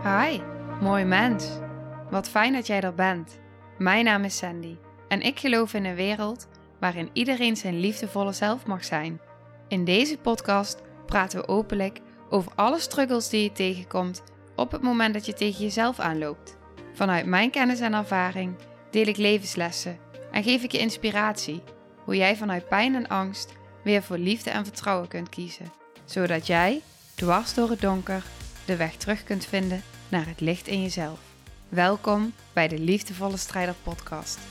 Hi, mooi mens. Wat fijn dat jij er bent. Mijn naam is Sandy en ik geloof in een wereld waarin iedereen zijn liefdevolle zelf mag zijn. In deze podcast praten we openlijk over alle struggles die je tegenkomt op het moment dat je tegen jezelf aanloopt. Vanuit mijn kennis en ervaring deel ik levenslessen en geef ik je inspiratie hoe jij vanuit pijn en angst weer voor liefde en vertrouwen kunt kiezen, zodat jij, dwars door het donker, de weg terug kunt vinden naar het licht in jezelf. Welkom bij de Liefdevolle Strijder podcast.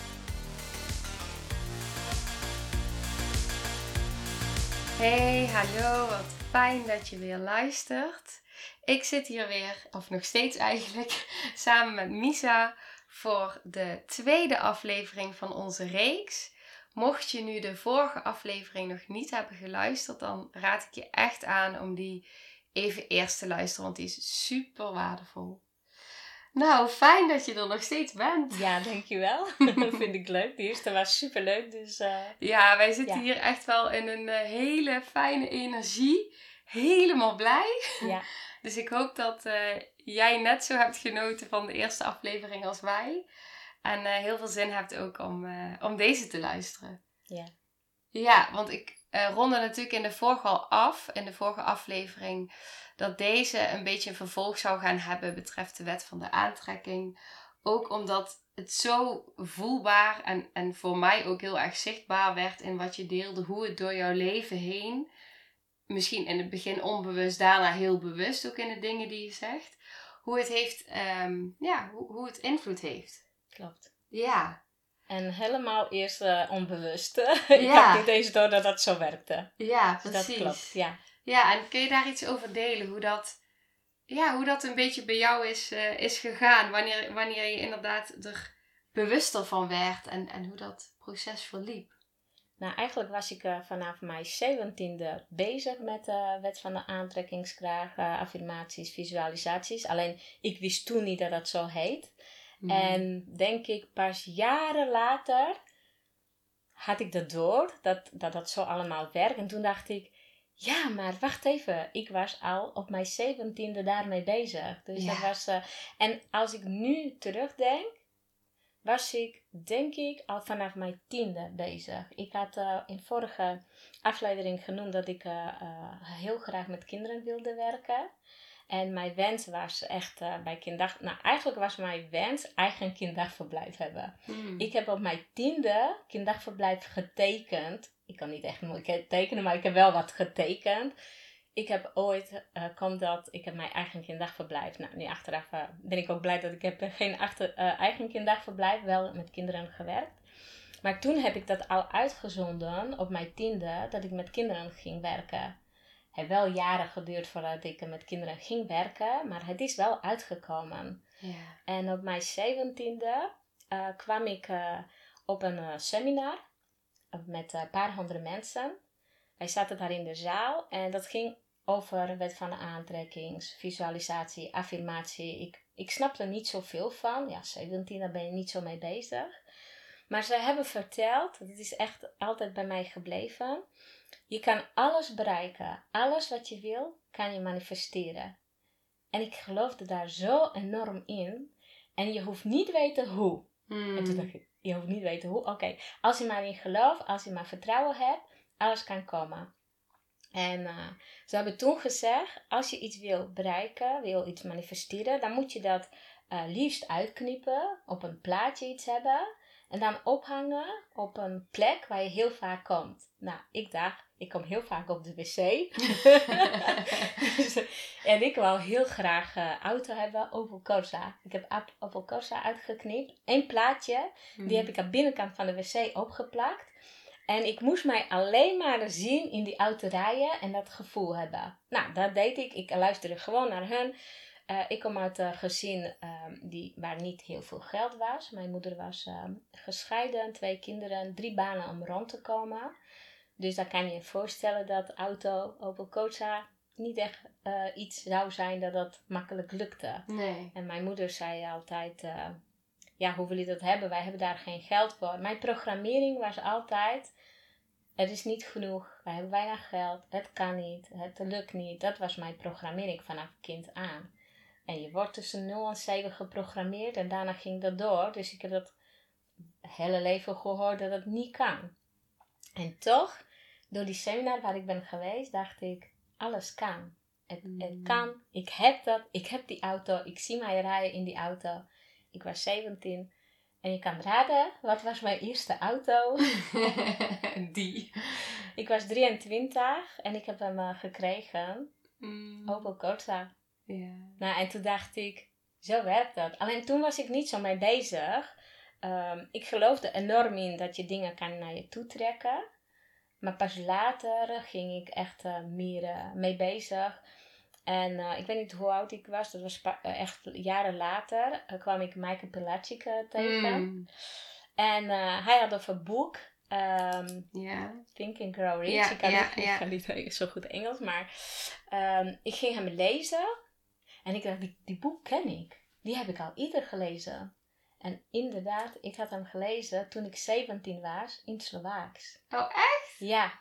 Hey, hallo, wat fijn dat je weer luistert. Ik zit hier weer, of nog steeds eigenlijk, samen met Misa voor de tweede aflevering van onze reeks. Mocht je nu de vorige aflevering nog niet hebben geluisterd, dan raad ik je echt aan om die even eerst te luisteren, want die is super waardevol. Nou, fijn dat je er nog steeds bent. Ja, dankjewel. Dat vind ik leuk. De eerste was superleuk. Dus, Ja, wij zitten hier echt wel in een hele fijne energie. Helemaal blij. Ja. Dus ik hoop dat jij net zo hebt genoten van de eerste aflevering als wij. En heel veel zin hebt ook om deze te luisteren. Ja. Ja, want ik ronde natuurlijk in de vorige aflevering, dat deze een beetje een vervolg zou gaan hebben betreft de wet van de aantrekking. Ook omdat het zo voelbaar en voor mij ook heel erg zichtbaar werd in wat je deelde, hoe het door jouw leven heen, misschien in het begin onbewust, daarna heel bewust ook in de dingen die je zegt, hoe het heeft, hoe het invloed heeft. Klopt. Ja. En helemaal eerst onbewust. Ik had niet eens door dat dat zo werkte. Ja, dus precies. dat klopt, ja. Ja, en kun je daar iets over delen? Hoe dat een beetje bij jou is gegaan. Wanneer je inderdaad er bewuster van werd en hoe dat proces verliep. Nou, eigenlijk was ik vanaf mijn 17e bezig met de wet van de aantrekkingskracht, affirmaties, visualisaties. Alleen, ik wist toen niet dat dat zo heet. En denk ik pas jaren later had ik dat door, dat zo allemaal werkt. En toen dacht ik, ja, maar wacht even. Ik was al op mijn 17e daarmee bezig. Dus dat was... en als ik nu terugdenk, was ik, denk ik, al vanaf mijn 10e bezig. Ik had in vorige aflevering genoemd dat ik heel graag met kinderen wilde werken. En mijn wens was echt bij kinddagverblijf... Nou, eigenlijk was mijn wens eigen kinddagverblijf hebben. Ik heb op mijn 10e kinddagverblijf getekend. Ik kan niet echt mooi tekenen, maar ik heb wel wat getekend. Ik heb ooit, ik heb mijn eigen kinddagverblijf. Nou, nu achteraf ben ik ook blij dat ik heb geen eigen kinddagverblijf, wel met kinderen gewerkt. Maar toen heb ik dat al uitgezonden op mijn 10e, dat ik met kinderen ging werken. Het heeft wel jaren geduurd voordat ik met kinderen ging werken, maar het is wel uitgekomen. Ja. En op mijn 17e kwam ik op een seminar met een paar honderd mensen. Wij zaten daar in de zaal en dat ging over wet van de aantrekking, visualisatie, affirmatie. Ik snapte er niet zoveel van. Ja, 17, daar ben je niet zo mee bezig. Maar ze hebben verteld, dat is echt altijd bij mij gebleven. Je kan alles bereiken. Alles wat je wil, kan je manifesteren. En ik geloofde daar zo enorm in. En je hoeft niet weten hoe. En toen dacht ik, je hoeft niet weten hoe. Oké, als je maar in gelooft, als je maar vertrouwen hebt, alles kan komen. En ze hebben toen gezegd, als je iets wil bereiken, wil iets manifesteren, dan moet je dat liefst uitknippen, op een plaatje iets hebben. En dan ophangen op een plek waar je heel vaak komt. Nou, ik dacht, ik kom heel vaak op de wc. En ik wou heel graag auto hebben, Opel Corsa. Ik heb Opel Corsa uitgeknipt. Eén plaatje, die heb ik aan de binnenkant van de wc opgeplakt. En ik moest mij alleen maar zien in die auto rijden en dat gevoel hebben. Nou, dat deed ik. Ik luisterde gewoon naar hun. Ik kom uit een gezin waar niet heel veel geld was. Mijn moeder was gescheiden, 2 kinderen, 3 banen om rond te komen. Dus dan kan je je voorstellen dat auto Opel Corsa niet echt iets zou zijn dat makkelijk lukte. Nee. En mijn moeder zei altijd, hoe wil je dat hebben? Wij hebben daar geen geld voor. Mijn programmering was altijd, er is niet genoeg, wij hebben weinig geld, het kan niet, het lukt niet. Dat was mijn programmering vanaf kind aan. En je wordt tussen 0 en 7 geprogrammeerd en daarna ging dat door. Dus ik heb dat hele leven gehoord dat het niet kan. En toch, door die seminar waar ik ben geweest, dacht ik, alles kan. Het kan, ik heb dat, ik heb die auto, ik zie mij rijden in die auto. Ik was 17 en je kan raden, wat was mijn eerste auto? Die. Ik was 23 en ik heb hem gekregen, Opel Corsa. Ja. Nou, en toen dacht ik, zo werkt dat. Alleen toen was ik niet zo mee bezig. Ik geloofde enorm in dat je dingen kan naar je toe trekken. Maar pas later ging ik echt meer mee bezig. En ik weet niet hoe oud ik was. Dat was echt jaren later. Kwam ik Michael Pilacic tegen. En hij had of een boek. Think and Grow Rich. Ik kan niet zo goed Engels. Maar ik ging hem lezen. En ik dacht, die boek ken ik. Die heb ik al eerder gelezen. En inderdaad, ik had hem gelezen toen ik 17 was in het Slovaaks. Oh, echt?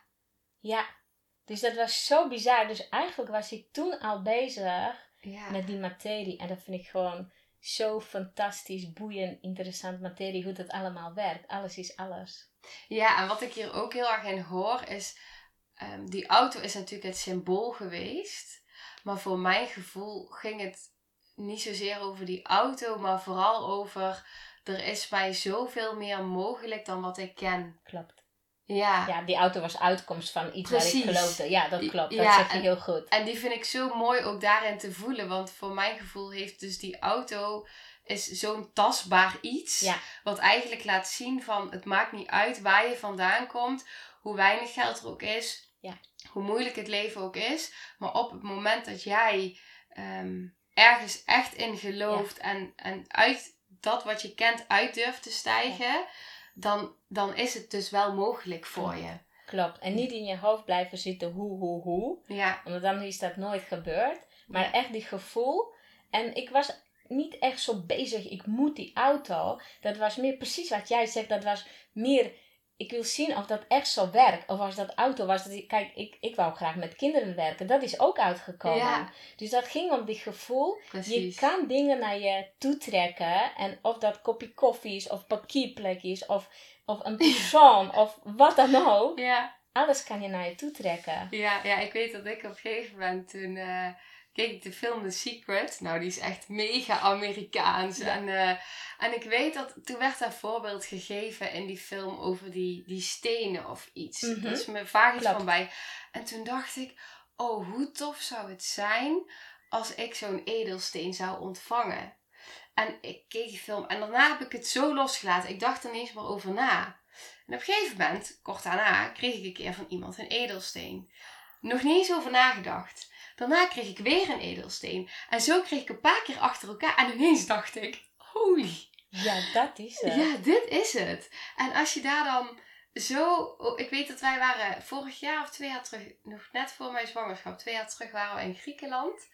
Ja. Dus dat was zo bizar. Dus eigenlijk was ik toen al bezig met die materie. En dat vind ik gewoon zo fantastisch, boeiend, interessant materie. Hoe dat allemaal werkt. Alles is alles. Ja, en wat ik hier ook heel erg in hoor is... die auto is natuurlijk het symbool geweest. Maar voor mijn gevoel ging het niet zozeer over die auto. Maar vooral over... Er is mij zoveel meer mogelijk dan wat ik ken. Klopt. Ja. Ja, die auto was uitkomst van iets waar ik geloofde. Ja, dat klopt. Dat ja, zeg je heel goed. En die vind ik zo mooi ook daarin te voelen. Want voor mijn gevoel heeft dus die auto... is zo'n tastbaar iets. Ja. Wat eigenlijk laat zien van... Het maakt niet uit waar je vandaan komt. Hoe weinig geld er ook is. Ja. Hoe moeilijk het leven ook is. Maar op het moment dat jij ergens echt in gelooft. En uit dat wat je kent uit durft te stijgen. Ja. Dan is het dus wel mogelijk voor je. Klopt. En niet in je hoofd blijven zitten hoe. Ja. Want dan is dat nooit gebeurd. Maar echt die gevoel. En ik was niet echt zo bezig. Ik moet die auto. Dat was meer precies wat jij zegt. Dat was meer... Ik wil zien of dat echt zo werkt. Of als dat auto was. Kijk, ik wou graag met kinderen werken. Dat is ook uitgekomen. Ja. Dus dat ging om die gevoel. Precies. Je kan dingen naar je toe trekken. En of dat kopje koffie is. Of parkeerplek is. Of een persoon. Of wat dan ook. Ja. Alles kan je naar je toe trekken. Ja, ik weet dat ik op een gegeven moment toen... keek ik de film The Secret. Nou, die is echt mega Amerikaans. Ja. En ik weet dat... Toen werd daar voorbeeld gegeven in die film over die stenen of iets. Mm-hmm. Dat is me vaag iets van bij. En toen dacht ik... Oh, hoe tof zou het zijn... als ik zo'n edelsteen zou ontvangen. En ik keek die film. En daarna heb ik het zo losgelaten. Ik dacht er niet eens meer over na. En op een gegeven moment, kort daarna... kreeg ik een keer van iemand een edelsteen. Nog niet eens over nagedacht. Daarna kreeg ik weer een edelsteen. En zo kreeg ik een paar keer achter elkaar. En ineens dacht ik, holy. Ja, dat is het. Ja, dit is het. En als je daar dan zo... Ik weet dat wij waren vorig jaar of 2 jaar terug... Nog net voor mijn zwangerschap. 2 jaar terug waren we in Griekenland.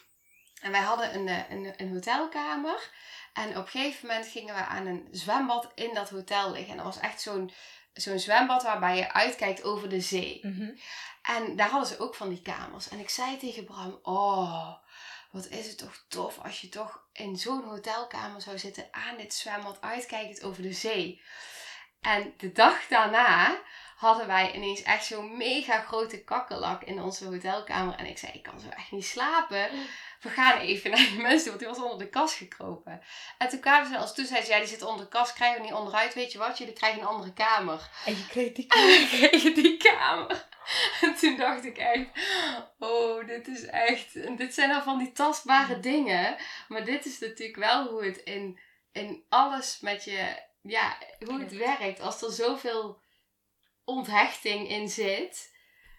En wij hadden een hotelkamer. En op een gegeven moment gingen we aan een zwembad in dat hotel liggen. En dat was echt zo'n zwembad waarbij je uitkijkt over de zee. Mm-hmm. En daar hadden ze ook van die kamers. En ik zei tegen Bram, oh, wat is het toch tof als je toch in zo'n hotelkamer zou zitten aan dit zwembad, uitkijkend over de zee. En de dag daarna hadden wij ineens echt zo'n mega grote kakkerlak in onze hotelkamer. En ik zei, ik kan zo echt niet slapen. We gaan even naar die mensen toe, want die was onder de kast gekropen. En toen kwamen ze als toe, zei ze, ja, die zit onder de kast, krijgen we niet onderuit, weet je wat, jullie krijgen een andere kamer. En je kreeg die kamer. En we kregen die kamer. En toen dacht ik echt, oh, dit is echt, dit zijn al van die tastbare dingen. Maar dit is natuurlijk wel hoe het in alles met je, ja, hoe het werkt. Als er zoveel onthechting in zit,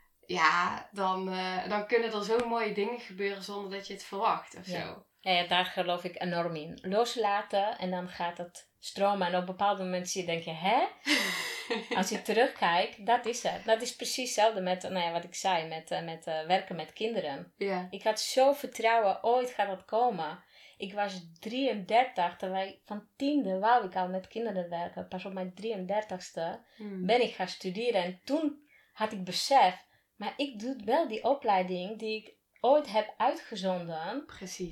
ja, dan kunnen er zo mooie dingen gebeuren zonder dat je het verwacht of zo. Ja, daar geloof ik enorm in. Loslaten en dan gaat het stromen. En op een bepaald moment denk je, hè? Als je terugkijkt, dat is het. Dat is precies hetzelfde met, wat ik zei, met werken met kinderen. Yeah. Ik had zo vertrouwen, ooit gaat dat komen. Ik was 33, terwijl van 10e wou ik al met kinderen werken. Pas op mijn 33ste ben ik gaan studeren. En toen had ik besef, maar ik doe wel die opleiding die ik ooit heb uitgezonden. Precies.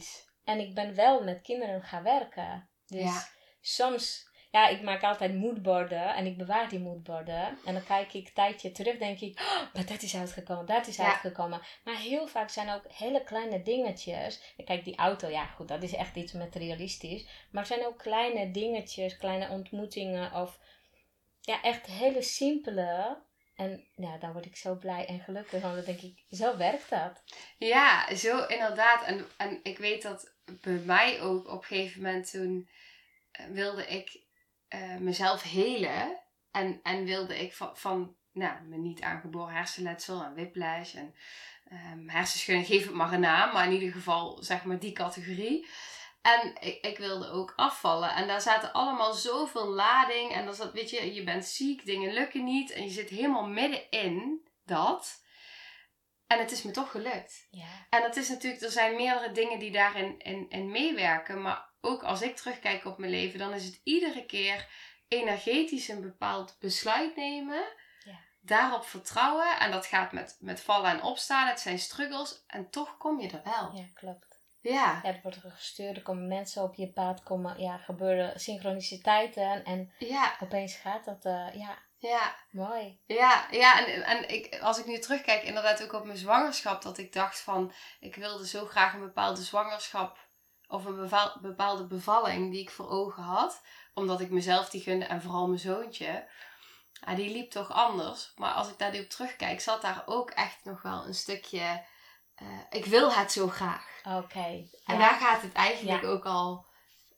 En ik ben wel met kinderen gaan werken. Dus soms, ik maak altijd moodborden en ik bewaar die moodborden. En dan kijk ik een tijdje terug, denk ik, maar dat is uitgekomen, dat is uitgekomen. Maar heel vaak zijn ook hele kleine dingetjes. Kijk, die auto, goed, dat is echt iets materialistisch. Maar er zijn ook kleine dingetjes, kleine ontmoetingen of echt hele simpele. En dan word ik zo blij en gelukkig, want dan denk ik, zo werkt dat. Ja, zo inderdaad. En ik weet dat bij mij ook op een gegeven moment toen wilde ik mezelf helen. En wilde ik van mijn niet aangeboren hersenletsel en whiplash en hersenschudding, geef het maar een naam. Maar in ieder geval, zeg maar, die categorie. En ik wilde ook afvallen. En daar zaten allemaal zoveel lading. En dan zat, weet je bent ziek, dingen lukken niet. En je zit helemaal middenin dat. En het is me toch gelukt. Ja. En dat is natuurlijk, er zijn meerdere dingen die daarin in meewerken. Maar ook als ik terugkijk op mijn leven, dan is het iedere keer energetisch een bepaald besluit nemen. Ja. Daarop vertrouwen. En dat gaat met vallen en opstaan. Het zijn struggles. En toch kom je er wel. Ja, klopt. Ja. Er wordt gestuurd, er komen mensen op je pad, gebeuren synchroniciteiten. En opeens gaat dat, mooi. Ja, en als ik nu terugkijk, inderdaad ook op mijn zwangerschap, dat ik dacht van, ik wilde zo graag een bepaalde zwangerschap of een bepaalde bevalling die ik voor ogen had, omdat ik mezelf die gunde en vooral mijn zoontje. Die liep toch anders. Maar als ik daar nu op terugkijk, zat daar ook echt nog wel een stukje, ik wil het zo graag. Oké. En daar gaat het eigenlijk ook al,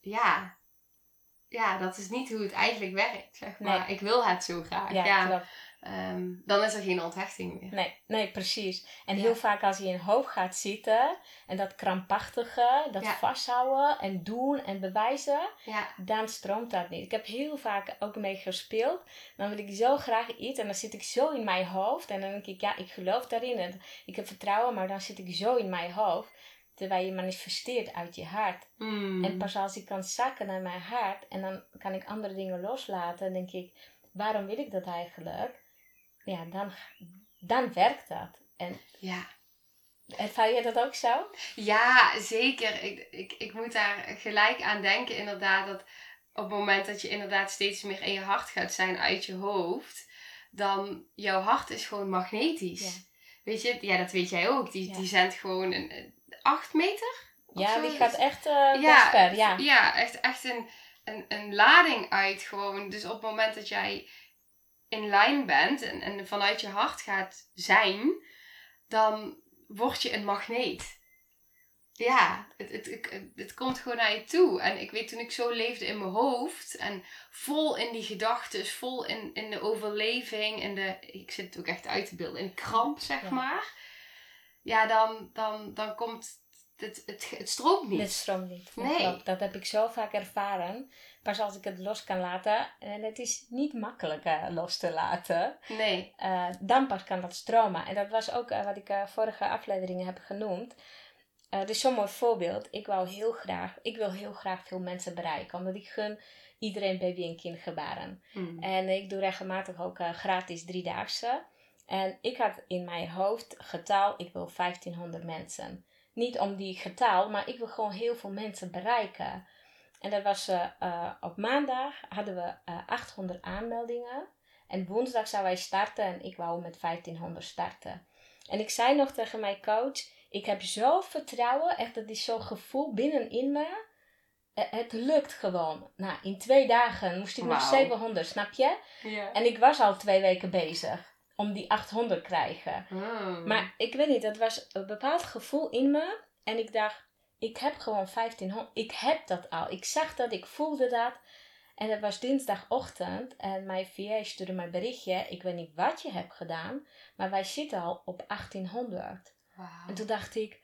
dat is niet hoe het eigenlijk werkt, zeg maar. Nee. Ik wil het zo graag. Ja, klopt. Dan is er geen onthechting meer. Nee, precies. En heel vaak als je in je hoofd gaat zitten en dat krampachtige, dat vasthouden en doen en bewijzen, dan stroomt dat niet. Ik heb heel vaak ook mee gespeeld. Dan wil ik zo graag iets en dan zit ik zo in mijn hoofd en dan denk ik, ik geloof daarin en ik heb vertrouwen, maar dan zit ik zo in mijn hoofd. Terwijl je manifesteert uit je hart. En pas als ik kan zakken naar mijn hart en dan kan ik andere dingen loslaten, dan denk ik, waarom wil ik dat eigenlijk? Ja, dan werkt dat. En ervaar je dat ook zo? Ja, zeker. Ik moet daar gelijk aan denken inderdaad, dat op het moment dat je inderdaad steeds meer in je hart gaat zijn uit je hoofd, dan jouw hart is gewoon magnetisch. Ja. Weet je, dat weet jij ook. Die zendt gewoon 8 meter? Ja, die gaat echt best ver. Ja, echt een lading uit gewoon. Dus op het moment dat jij in lijn bent en vanuit je hart gaat zijn, dan word je een magneet. Ja, het komt gewoon naar je toe. En ik weet toen ik zo leefde in mijn hoofd en vol in die gedachten, vol in de overleving, ik zit het ook echt uit te beelden, in kramp zeg maar. Ja, dan komt het stroomt niet. Het stroomt niet. Nee. Dat heb ik zo vaak ervaren. Pas als ik het los kan laten. En het is niet makkelijk los te laten. Nee. Dan pas kan dat stromen. En dat was ook wat ik vorige afleveringen heb genoemd. Dus zo'n mooi voorbeeld. Ik wil heel graag veel mensen bereiken. Omdat ik gun iedereen baby en kind gebaren. En ik doe regelmatig ook gratis 3-daagse. En ik had in mijn hoofd getal, ik wil 1500 mensen. Niet om die getal, maar ik wil gewoon heel veel mensen bereiken. En dat was op maandag hadden we 800 aanmeldingen. En woensdag zou wij starten en ik wou met 1500 starten. En ik zei nog tegen mijn coach, ik heb zo vertrouwen, echt dat is zo'n gevoel binnenin me. Het lukt gewoon. Nou, in 2 dagen moest ik nog 700, snap je? Ja. En ik was al 2 weken bezig om die 800 te krijgen. Maar ik weet niet, dat was een bepaald gevoel in me. En ik dacht, ik heb gewoon 1500. Ik heb dat al. Ik zag dat, ik voelde dat. En het was dinsdagochtend. En mijn VA stuurde mij een berichtje. Ik weet niet wat je hebt gedaan. Maar wij zitten al op 1800. Wow. En toen dacht ik,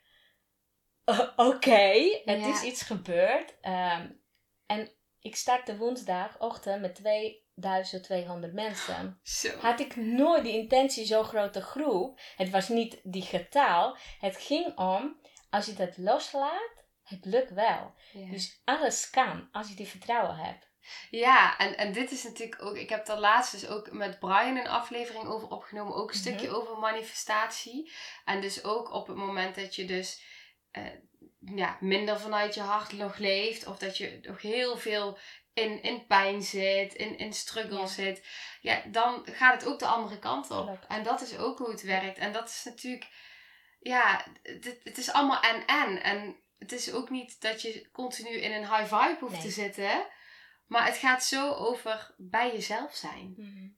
oké, het is iets gebeurd. En ik startte woensdagochtend met 2200 mensen. Zo. Had ik nooit die intentie, zo'n grote groep. Het was niet die getal. Het ging om, als je dat loslaat, het lukt wel. Yeah. Dus alles kan, als je die vertrouwen hebt. Ja, en dit is natuurlijk ook, ik heb daar laatst dus ook met Brian een aflevering over opgenomen. Ook een stukje over manifestatie. En dus ook op het moment dat je dus minder vanuit je hart nog leeft. Of dat je nog heel veel in pijn zit, in struggle zit. Ja, dan gaat het ook de andere kant op. Klopt. En dat is ook hoe het werkt. En dat is natuurlijk... Ja, het is allemaal en. En het is ook niet dat je continu in een high vibe hoeft te zitten. Maar het gaat zo over bij jezelf zijn. Mm-hmm.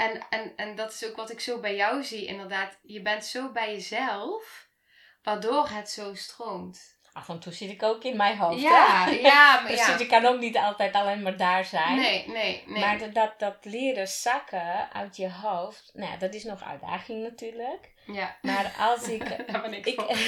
En dat is ook wat ik zo bij jou zie. Inderdaad, je bent zo bij jezelf, waardoor het zo stroomt. Af en toe zit ik ook in mijn hoofd. Ja, maar dus je kan ook niet altijd alleen maar daar zijn. Nee. Maar dat leren zakken uit je hoofd, nou ja, dat is nog uitdaging natuurlijk. Ja. Maar als ik... Daar ben ik voor.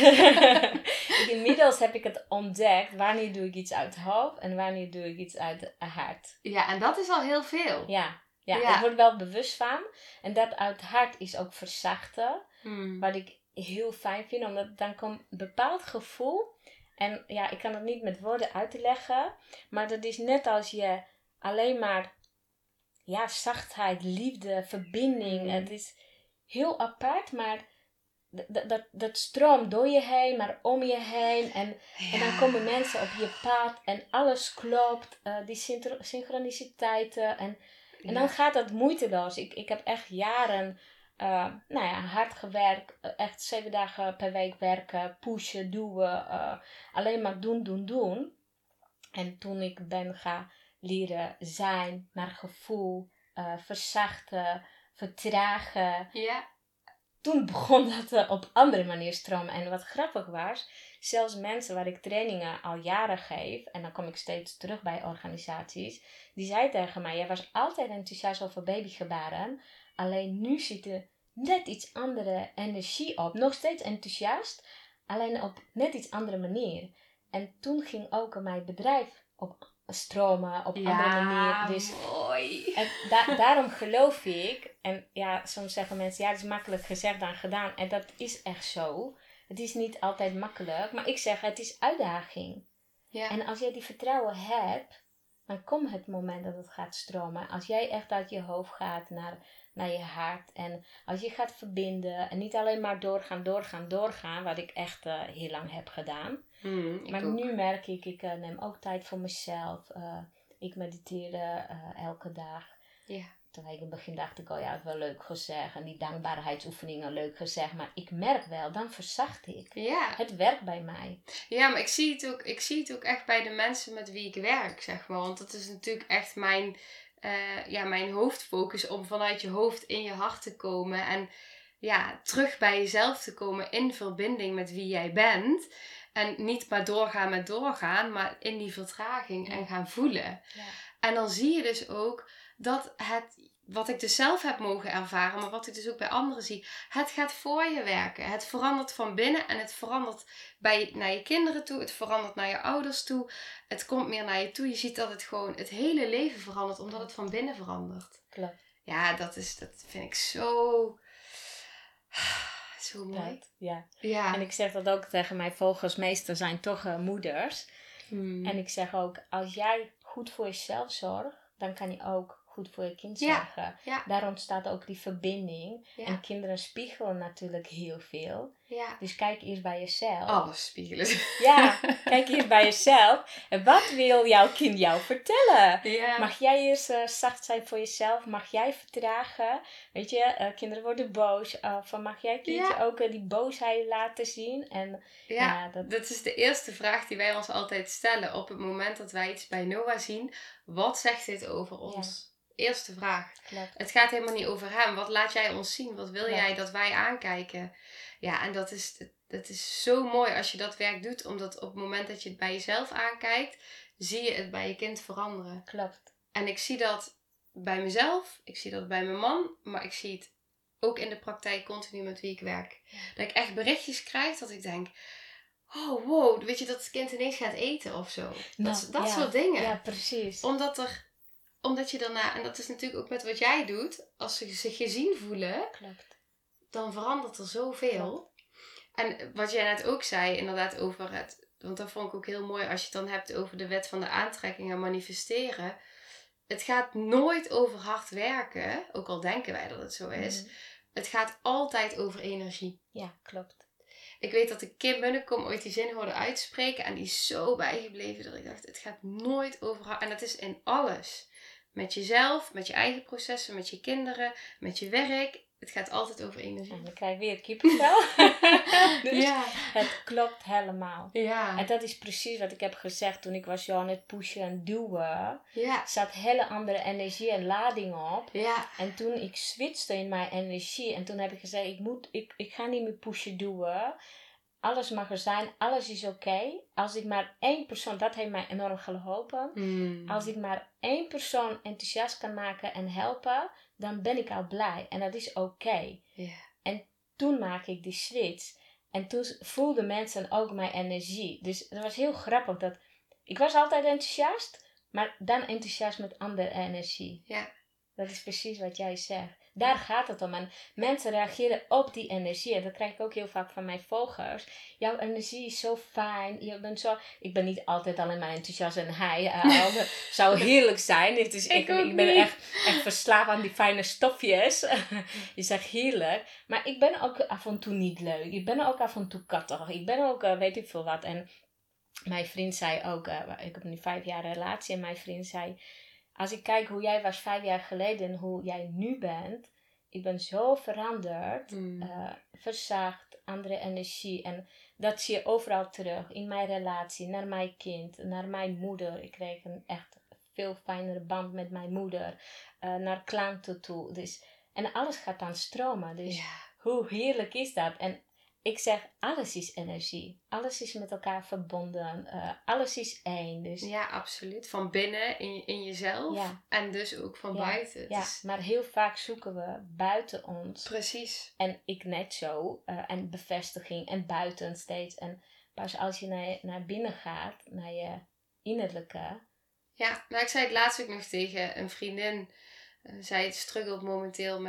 Inmiddels heb ik het ontdekt, wanneer doe ik iets uit het hoofd en wanneer doe ik iets uit het hart. Ja, en dat is al heel veel. Ja, ik word wel bewust van. En dat uit het hart is ook verzachten. Wat ik heel fijn vind, omdat dan komt een bepaald gevoel. En ja, ik kan het niet met woorden uit te leggen. Maar dat is net als je alleen maar zachtheid, liefde, verbinding. Het is heel apart, maar dat stroomt door je heen, maar om je heen. En dan komen mensen op je pad en alles klopt. Die synchroniciteiten. En dan gaat dat moeiteloos. Ik heb echt jaren hard gewerkt. Echt 7 dagen per week werken, pushen, duwen. Alleen maar doen. En toen ik ben gaan leren zijn, naar gevoel, verzachten, vertragen. Ja. Toen begon dat op andere manier stromen. En wat grappig was, zelfs mensen waar ik trainingen al jaren geef, en dan kom ik steeds terug bij organisaties, die zei tegen mij, jij was altijd enthousiast over babygebaren, alleen nu zit er net iets andere energie op. Nog steeds enthousiast, alleen op net iets andere manier. En toen ging ook mijn bedrijf op stromen op andere manier. Dus mooi. En daarom geloof ik, en ja, soms zeggen mensen, ja, het is makkelijk gezegd dan gedaan. En dat is echt zo. Het is niet altijd makkelijk, maar ik zeg, het is uitdaging. Ja. En als jij die vertrouwen hebt, dan komt het moment dat het gaat stromen. Als jij echt uit je hoofd gaat naar je hart. En als je gaat verbinden en niet alleen maar doorgaan, wat ik echt heel lang heb gedaan. Maar nu merk ik neem ook tijd voor mezelf. Ik mediteer elke dag. Ja. Terwijl ik in het begin dacht ik, het is wel leuk gezegd. En die dankbaarheidsoefeningen leuk gezegd. Maar ik merk wel, dan verzacht ik. Ja. Het werkt bij mij. Ja, maar ik zie het ook echt bij de mensen met wie ik werk, zeg maar. Want dat is natuurlijk echt mijn hoofdfocus om vanuit je hoofd in je hart te komen. En terug bij jezelf te komen in verbinding met wie jij bent. En niet maar doorgaan, maar in die vertraging en gaan voelen. Ja. En dan zie je dus ook dat wat ik dus zelf heb mogen ervaren, maar wat ik dus ook bij anderen zie, het gaat voor je werken. Het verandert van binnen en het verandert naar je kinderen toe, het verandert naar je ouders toe, het komt meer naar je toe. Je ziet dat het gewoon het hele leven verandert, omdat het van binnen verandert. Klopt. Ja, dat vind ik zo mooi. Ja. En ik zeg dat ook tegen mijn volgers, meestal zijn toch moeders. En ik zeg ook, als jij goed voor jezelf zorgt, dan kan je ook goed voor je kind zorgen. Ja. Daar ontstaat ook die verbinding. Ja. En kinderen spiegelen natuurlijk heel veel. Ja. Dus kijk eerst bij jezelf. Alles spiegelen. Ja, kijk eerst bij jezelf. En wat wil jouw kind jou vertellen? Ja. Mag jij eerst zacht zijn voor jezelf? Mag jij vertragen? Weet je, kinderen worden boos. Van mag jij kindje ook die boosheid laten zien? En, dat is de eerste vraag die wij ons altijd stellen. Op het moment dat wij iets bij Noah zien. Wat zegt dit over ons? Eerste vraag. Klopt. Het gaat helemaal niet over hem. Wat laat jij ons zien? Wat wil jij dat wij aankijken? Ja, en dat is zo mooi als je dat werk doet. Omdat op het moment dat je het bij jezelf aankijkt, zie je het bij je kind veranderen. Klopt. En ik zie dat bij mezelf. Ik zie dat bij mijn man. Maar ik zie het ook in de praktijk continu met wie ik werk. Ja. Dat ik echt berichtjes krijg dat ik denk, oh wow, weet je dat het kind ineens gaat eten of zo. Dat soort dingen. Ja, precies. Omdat je daarna, en dat is natuurlijk ook met wat jij doet, als ze zich gezien voelen, klopt, dan verandert er zoveel. Klopt. En wat jij net ook zei, inderdaad over het, want dat vond ik ook heel mooi als je het dan hebt over de wet van de aantrekking en manifesteren. Het gaat nooit over hard werken, ook al denken wij dat het zo is. Het gaat altijd over energie. Ja, klopt. Ik weet dat ik Kim Munnekom ooit die zin hoorde uitspreken. En die is zo bijgebleven dat ik dacht, het gaat nooit over... En dat is in alles. Met jezelf, met je eigen processen, met je kinderen, met je werk. Het gaat altijd over energie. En dan krijg je weer kippenvel. Dus Ja. het klopt helemaal. Ja. En dat is precies wat ik heb gezegd toen ik was jou aan het pushen en duwen. Ja. Er zat hele andere energie en lading op. Ja. En toen ik switchte in mijn energie. En toen heb ik gezegd, ik ga niet meer pushen duwen. Alles mag er zijn, alles is oké. Als ik maar één persoon, dat heeft mij enorm geholpen. Als ik maar één persoon enthousiast kan maken en helpen, dan ben ik al blij. En dat is oké. Ja. En toen maakte ik die switch. En toen voelden mensen ook mijn energie. Dus het was heel grappig dat... Ik was altijd enthousiast, maar dan enthousiast met andere energie. Ja. Dat is precies wat jij zegt. Daar gaat het om. En mensen reageren op die energie. En dat krijg ik ook heel vaak van mijn volgers. Jouw energie is zo fijn. Je bent zo... Ik ben niet altijd alleen maar enthousiast en hij. Zou heerlijk zijn. Het is, ik ben echt verslaafd aan die fijne stofjes. Je zegt heerlijk. Maar ik ben ook af en toe niet leuk. Ik ben ook af en toe kattig. Ik ben ook weet ik veel wat. En mijn vriend zei ook... ik heb nu 5 jaar relatie. En mijn vriend zei... Als ik kijk hoe jij was 5 jaar geleden en hoe jij nu bent. Ik ben zo veranderd. Verzacht, andere energie. En dat zie je overal terug. In mijn relatie, naar mijn kind, naar mijn moeder. Ik kreeg een echt veel fijnere band met mijn moeder. Naar klanten toe. Dus, en alles gaat dan stromen. Dus hoe heerlijk is dat? En ik zeg, alles is energie. Alles is met elkaar verbonden. Alles is één. Dus... Ja, absoluut. Van binnen in jezelf. Ja. En dus ook van buiten. Ja, Dus... maar heel vaak zoeken we buiten ons. Precies. En ik net zo. En bevestiging. En buiten steeds. En pas als je naar binnen gaat. Naar je innerlijke. Ja, nou ik zei het laatst ook nog tegen een vriendin. Zij struggelt momenteel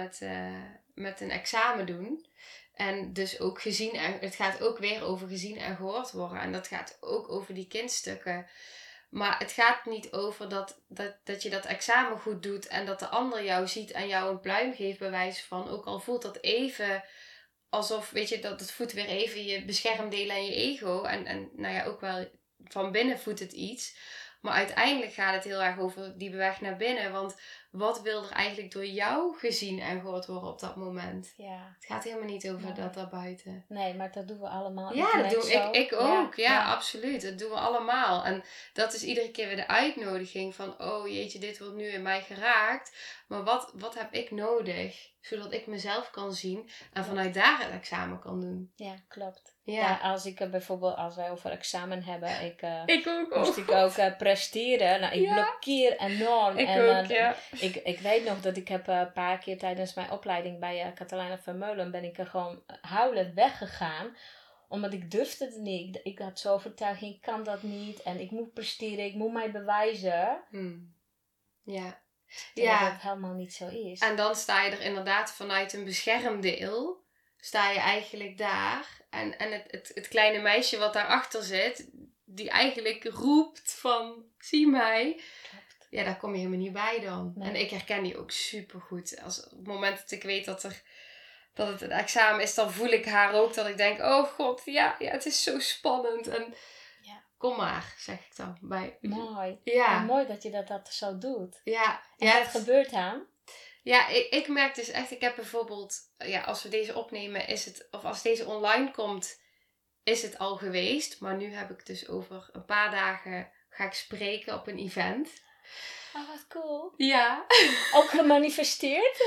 met een examen doen. En dus ook gezien en het gaat ook weer over gezien en gehoord worden. En dat gaat ook over die kindstukken. Maar het gaat niet over dat je dat examen goed doet en dat de ander jou ziet en jou een pluim geeft bij wijze van. Ook al voelt dat even alsof, weet je, dat het voedt weer even je beschermdelen en je ego. En nou ja, ook wel van binnen voedt het iets. Maar uiteindelijk gaat het heel erg over die weg naar binnen. Want wat wil er eigenlijk door jou gezien en gehoord worden op dat moment? Ja. Het gaat helemaal niet over dat daarbuiten. Nee, maar dat doen we allemaal. Ja, dat doe ik ook. Ja, absoluut. Dat doen we allemaal. En dat is iedere keer weer de uitnodiging van... Oh jeetje, dit wordt nu in mij geraakt. Maar wat heb ik nodig? Zodat ik mezelf kan zien. En vanuit daar het examen kan doen. Ja, klopt. Ja. Ja, als ik bijvoorbeeld, als wij over examen hebben, ik ook. Moest ik ook presteren. Nou, ik blokkeer enorm. Ik en, ook, ja. Ik weet nog dat ik heb een paar keer tijdens mijn opleiding bij Catalina Vermeulen ben ik er gewoon huilend weggegaan. Omdat ik durfde het niet. Ik had zo overtuiging, ik kan dat niet. En ik moet presteren, ik moet mij bewijzen. Ja. Terwijl dat helemaal niet zo is. En dan sta je er inderdaad vanuit een beschermdeel. Sta je eigenlijk daar. En het kleine meisje wat daarachter zit. Die eigenlijk roept van, zie mij. Klopt. Ja, daar kom je helemaal niet bij dan. Nee. En ik herken die ook supergoed. Op het moment dat ik weet dat het een examen is, dan voel ik haar ook. Dat ik denk, oh god, ja het is zo spannend. En kom maar, zeg ik dan. Mooi. Ja. En mooi dat je dat zo doet. Ja. En wat gebeurt dan? Ja, ik merk dus echt, ik heb bijvoorbeeld, als we deze opnemen, of als deze online komt, is het al geweest. Maar nu heb ik dus over een paar dagen ga ik spreken op een event. Oh, wat cool. Ja. Ook gemanifesteerd?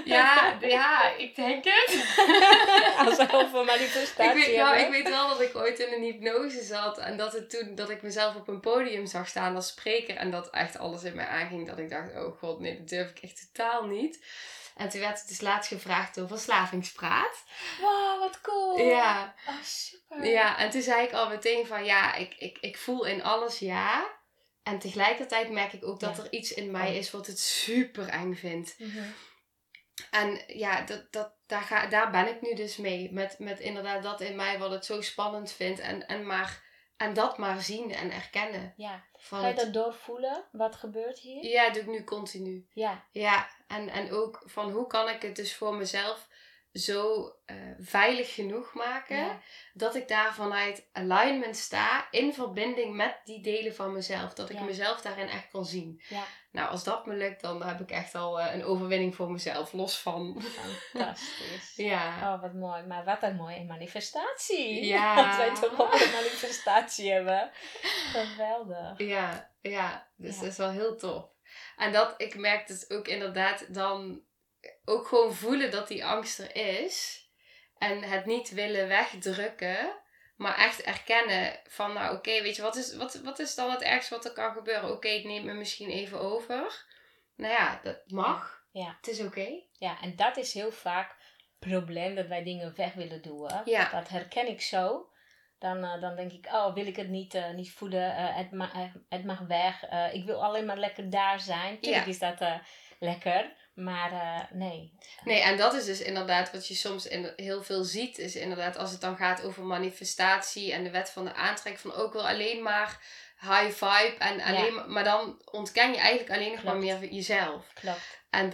Ja, ik denk het. Als over manifestatie. Ik weet wel dat ik ooit in een hypnose zat. En dat ik mezelf op een podium zag staan als spreker. En dat echt alles in mij aanging. Dat ik dacht, oh god, nee, dat durf ik echt totaal niet. En toen werd het dus laatst gevraagd door Verslavingspraat. Wow, wat cool. Ja. Oh, super. Ja, en toen zei ik al meteen van ik voel in alles ja. En tegelijkertijd merk ik ook dat er iets in mij is wat het super eng vindt. Mm-hmm. En ja, daar ben ik nu dus mee. Met inderdaad dat in mij wat het zo spannend vindt. En dat maar zien en erkennen. Ja. Ga je dat doorvoelen? Wat gebeurt hier? Ja, dat doe ik nu continu. Ja. Ja, en ook van hoe kan ik het dus voor mezelf zo veilig genoeg maken. Ja. Dat ik daar vanuit alignment sta. In verbinding met die delen van mezelf. Dat ik Ja. mezelf daarin echt kan zien. Ja. Nou, als dat me lukt, dan heb ik echt al een overwinning voor mezelf. Los van... Fantastisch. Ja. Oh, wat mooi. Maar wat een mooie manifestatie. Ja. Dat wij toch ook een manifestatie hebben. Geweldig. Ja. Dus Ja. dat is wel heel tof. En ik merk dus ook inderdaad dan ook gewoon voelen dat die angst er is. En het niet willen wegdrukken. Maar echt erkennen van nou oké, weet je, wat is dan het ergste wat er kan gebeuren? Oké, het neemt me misschien even over. Nou ja, dat mag. Ja. Het is oké. Ja, en dat is heel vaak het probleem dat wij dingen weg willen doen. Ja. Dat herken ik zo. Dan denk ik, oh, wil ik het niet voelen. Het mag weg. Ik wil alleen maar lekker daar zijn. Tuurlijk is dat lekker. Maar nee. Nee, en dat is dus inderdaad wat je soms heel veel ziet. Is inderdaad als het dan gaat over manifestatie en de wet van de aantrekking. Van ook wel alleen maar high vibe. En alleen maar dan ontken je eigenlijk alleen nog maar meer jezelf. Klopt. En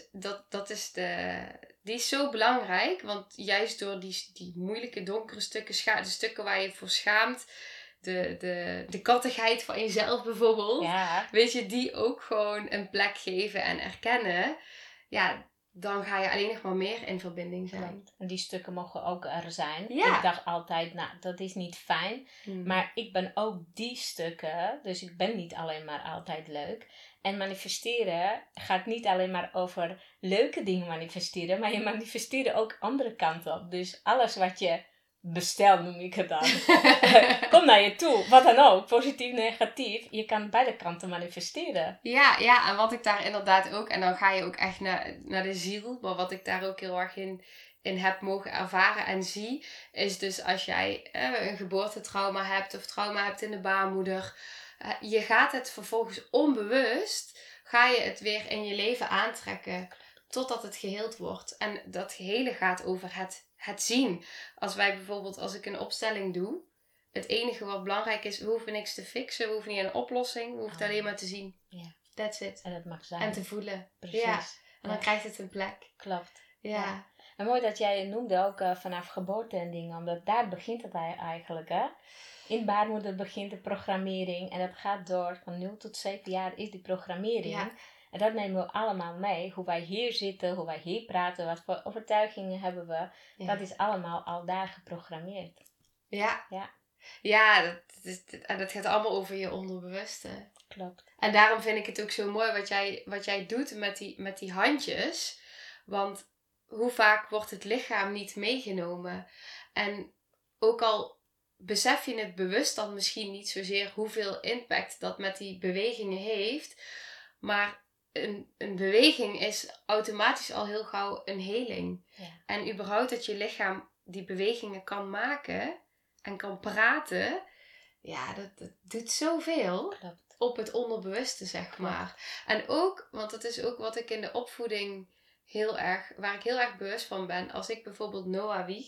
die is zo belangrijk. Want juist door die moeilijke donkere stukken, de stukken waar je je voor schaamt. De kattigheid van jezelf bijvoorbeeld. Ja. Weet je, die ook gewoon een plek geven en erkennen. Ja, dan ga je alleen nog maar meer in verbinding zijn. Klopt. En die stukken mogen ook er zijn. Ja. Ik dacht altijd, nou, dat is niet fijn. Maar ik ben ook die stukken. Dus ik ben niet alleen maar altijd leuk. En manifesteren gaat niet alleen maar over leuke dingen manifesteren. Maar je manifesteert ook andere kanten op. Dus alles wat je bestelt, noem ik het dan. Kom naar je toe. Wat dan ook. Positief, negatief. Je kan beide kanten manifesteren. Ja, en wat ik daar inderdaad ook... En dan ga je ook echt naar de ziel. Maar wat ik daar ook heel erg in heb mogen ervaren en zie... Is dus als jij een geboortetrauma hebt... Of trauma hebt in de baarmoeder... je gaat het vervolgens onbewust... Ga je het weer in je leven aantrekken... Totdat het geheeld wordt. En dat gehele gaat over het zien. Als ik een opstelling doe... Het enige wat belangrijk is, we hoeven niks te fixen. We hoeven niet een oplossing. We hoeven alleen maar te zien. Ja. That's it. En dat mag zijn. En te voelen. Precies. Ja. En dan krijgt het een plek. Klopt. Ja. En mooi dat jij noemde ook vanaf geboorte en dingen. Omdat daar begint het eigenlijk. Hè? In baarmoeder begint de programmering. En dat gaat door van 0 tot 7 jaar is die programmering. Ja. En dat nemen we allemaal mee. Hoe wij hier zitten, hoe wij hier praten. Wat voor overtuigingen hebben we. Ja. Dat is allemaal al daar geprogrammeerd. Ja. Ja. Ja, dat gaat allemaal over je onderbewuste. Klopt. En daarom vind ik het ook zo mooi wat jij doet met die handjes. Want hoe vaak wordt het lichaam niet meegenomen? En ook al besef je het bewust dan misschien niet zozeer hoeveel impact dat met die bewegingen heeft. Maar een beweging is automatisch al heel gauw een heling. Ja. En überhaupt dat je lichaam die bewegingen kan maken en kan praten. Ja, dat doet zoveel. Klopt. Op het onderbewuste, zeg maar. En ook, want dat is ook wat ik in de opvoeding waar ik heel erg bewust van ben. Als ik bijvoorbeeld Noah wieg,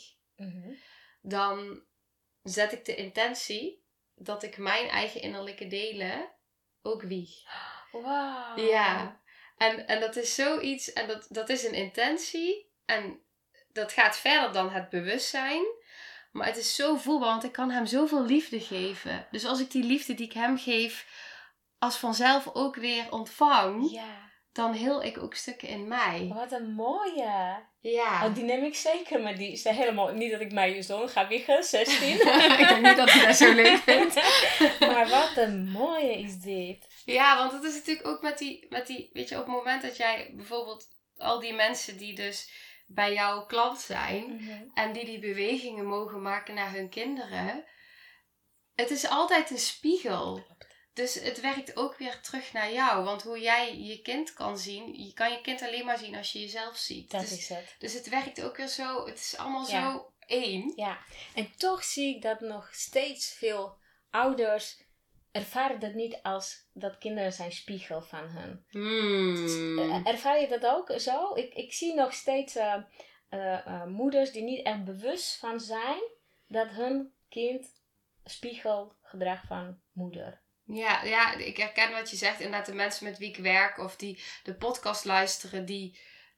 dan zet ik de intentie dat ik mijn eigen innerlijke delen ook wieg. Wauw. Ja. En dat is zoiets, en dat is een intentie. En dat gaat verder dan het bewustzijn. Maar het is zo voelbaar, want ik kan hem zoveel liefde geven. Dus als ik die liefde die ik hem geef, als vanzelf ook weer ontvang, dan heel ik ook stukken in mij. Wat een mooie. Ja. Oh, die neem ik zeker, maar die is helemaal niet dat ik mijn zoon ga wiegen, 16. Ik denk niet dat hij dat zo leuk vindt. Maar wat een mooie is dit. Ja, want het is natuurlijk ook met die, weet je, op het moment dat jij bijvoorbeeld al die mensen die dus bij jouw klant zijn en die bewegingen mogen maken naar hun kinderen, het is altijd een spiegel. Dus het werkt ook weer terug naar jou. Want hoe jij je kind kan zien, je kan je kind alleen maar zien als je jezelf ziet. Dat is het. Dus het werkt ook weer zo, het is allemaal zo één. Ja, en toch zie ik dat nog steeds veel ouders ervaren dat niet als dat kinderen zijn spiegel van hun. Ervaar je dat ook zo? Ik zie nog steeds moeders die niet echt bewust van zijn dat hun kind spiegelgedrag van moeder. Ja, ik herken wat je zegt. Inderdaad, de mensen met wie ik werk of die de podcast luisteren, die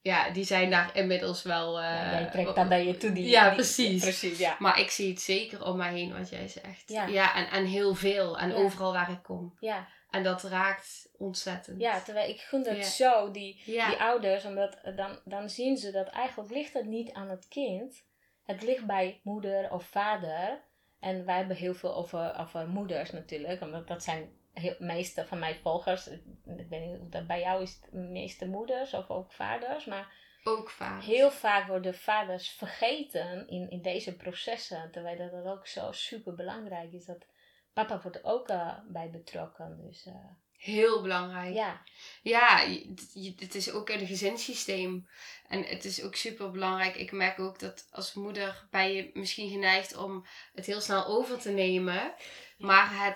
ja, die zijn daar inmiddels wel... jij trekt dat naar je toe. Precies, ja. Maar ik zie het zeker om mij heen, wat jij zegt. Ja, en heel veel. En overal waar ik kom. Ja. En dat raakt ontzettend. Ja, terwijl ik vind het zo, die ouders, omdat dan zien ze dat eigenlijk ligt het niet aan het kind. Het ligt bij moeder of vader. En wij hebben heel veel over moeders natuurlijk, omdat dat zijn de meeste van mijn volgers. Ik weet niet of dat bij jou is, de meeste moeders of ook vaders, maar ook vaders. Heel vaak worden vaders vergeten in deze processen, terwijl dat ook zo super belangrijk is. Dat papa wordt er ook bij betrokken, dus... Heel belangrijk. Ja, het is ook een gezinssysteem. En het is ook super belangrijk. Ik merk ook dat als moeder ben je misschien geneigd om het heel snel over te nemen. Ja. Maar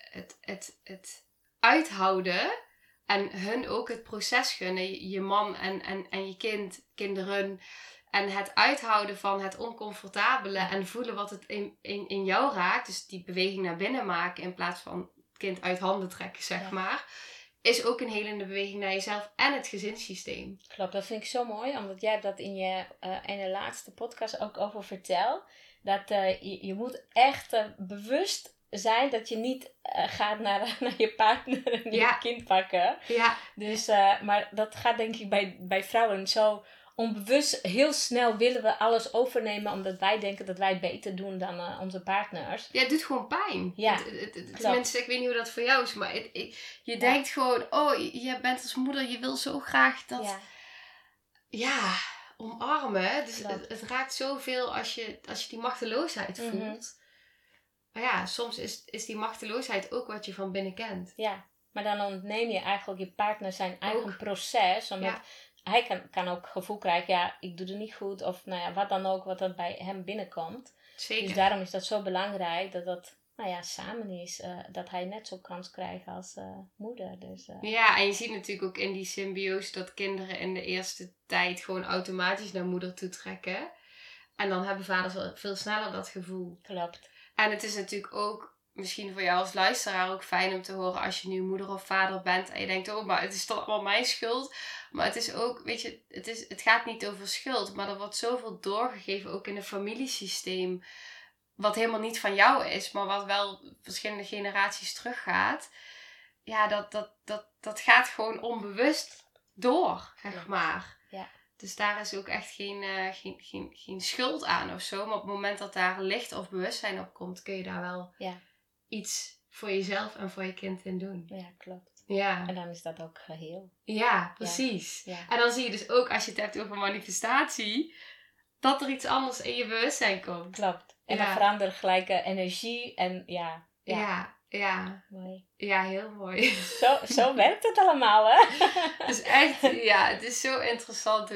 het uithouden en hun ook het proces gunnen. Je man en je kinderen. En het uithouden van het oncomfortabele en voelen wat het in jou raakt. Dus die beweging naar binnen maken in plaats van kind uit handen trekken, zeg maar. Is ook een helende beweging naar jezelf en het gezinssysteem. Klopt, dat vind ik zo mooi. Omdat jij dat in je laatste podcast ook over vertelt. Dat je moet echt bewust zijn dat je niet gaat naar je partner en je kind pakken. Ja. Dus, maar dat gaat denk ik bij vrouwen zo... Onbewust, heel snel willen we alles overnemen omdat wij denken dat wij het beter doen dan onze partners. Ja, het doet gewoon pijn. Ja, tenminste, ik weet niet hoe dat voor jou is, maar je denkt gewoon, je bent als moeder, je wil zo graag dat... Ja, omarmen. Dus het raakt zoveel als je die machteloosheid voelt. Mm-hmm. Maar ja, soms is die machteloosheid ook wat je van binnen kent. Ja, maar dan ontneem je eigenlijk je partner zijn eigen proces, omdat... Hij kan ook het gevoel krijgen, ik doe het niet goed. Of wat dan ook, wat dan bij hem binnenkomt. Zeker. Dus daarom is dat zo belangrijk dat samen is. Dat hij net zo kans krijgt als moeder. Dus, Ja, en je ziet natuurlijk ook in die symbiose dat kinderen in de eerste tijd gewoon automatisch naar moeder toe trekken. En dan hebben vaders wel veel sneller dat gevoel. Klopt. En het is natuurlijk ook... Misschien voor jou als luisteraar ook fijn om te horen als je nu moeder of vader bent. En je denkt, maar het is toch allemaal mijn schuld. Maar het is ook, weet je, het gaat niet over schuld. Maar er wordt zoveel doorgegeven, ook in het familiesysteem. Wat helemaal niet van jou is, maar wat wel verschillende generaties teruggaat. Ja, dat gaat gewoon onbewust door, zeg maar. Ja. Dus daar is ook echt geen schuld aan of zo. Maar op het moment dat daar licht of bewustzijn op komt, kun je daar wel... iets voor jezelf en voor je kind in doen. Ja, klopt. Ja. En dan is dat ook geheel. Ja, precies. Ja. En dan zie je dus ook, als je het hebt over manifestatie, dat er iets anders in je bewustzijn komt. Klopt. En dan verandert gelijk energie en ja. Mooi. Ja, heel mooi. Zo werkt het allemaal, hè? Dus echt, het is zo interessant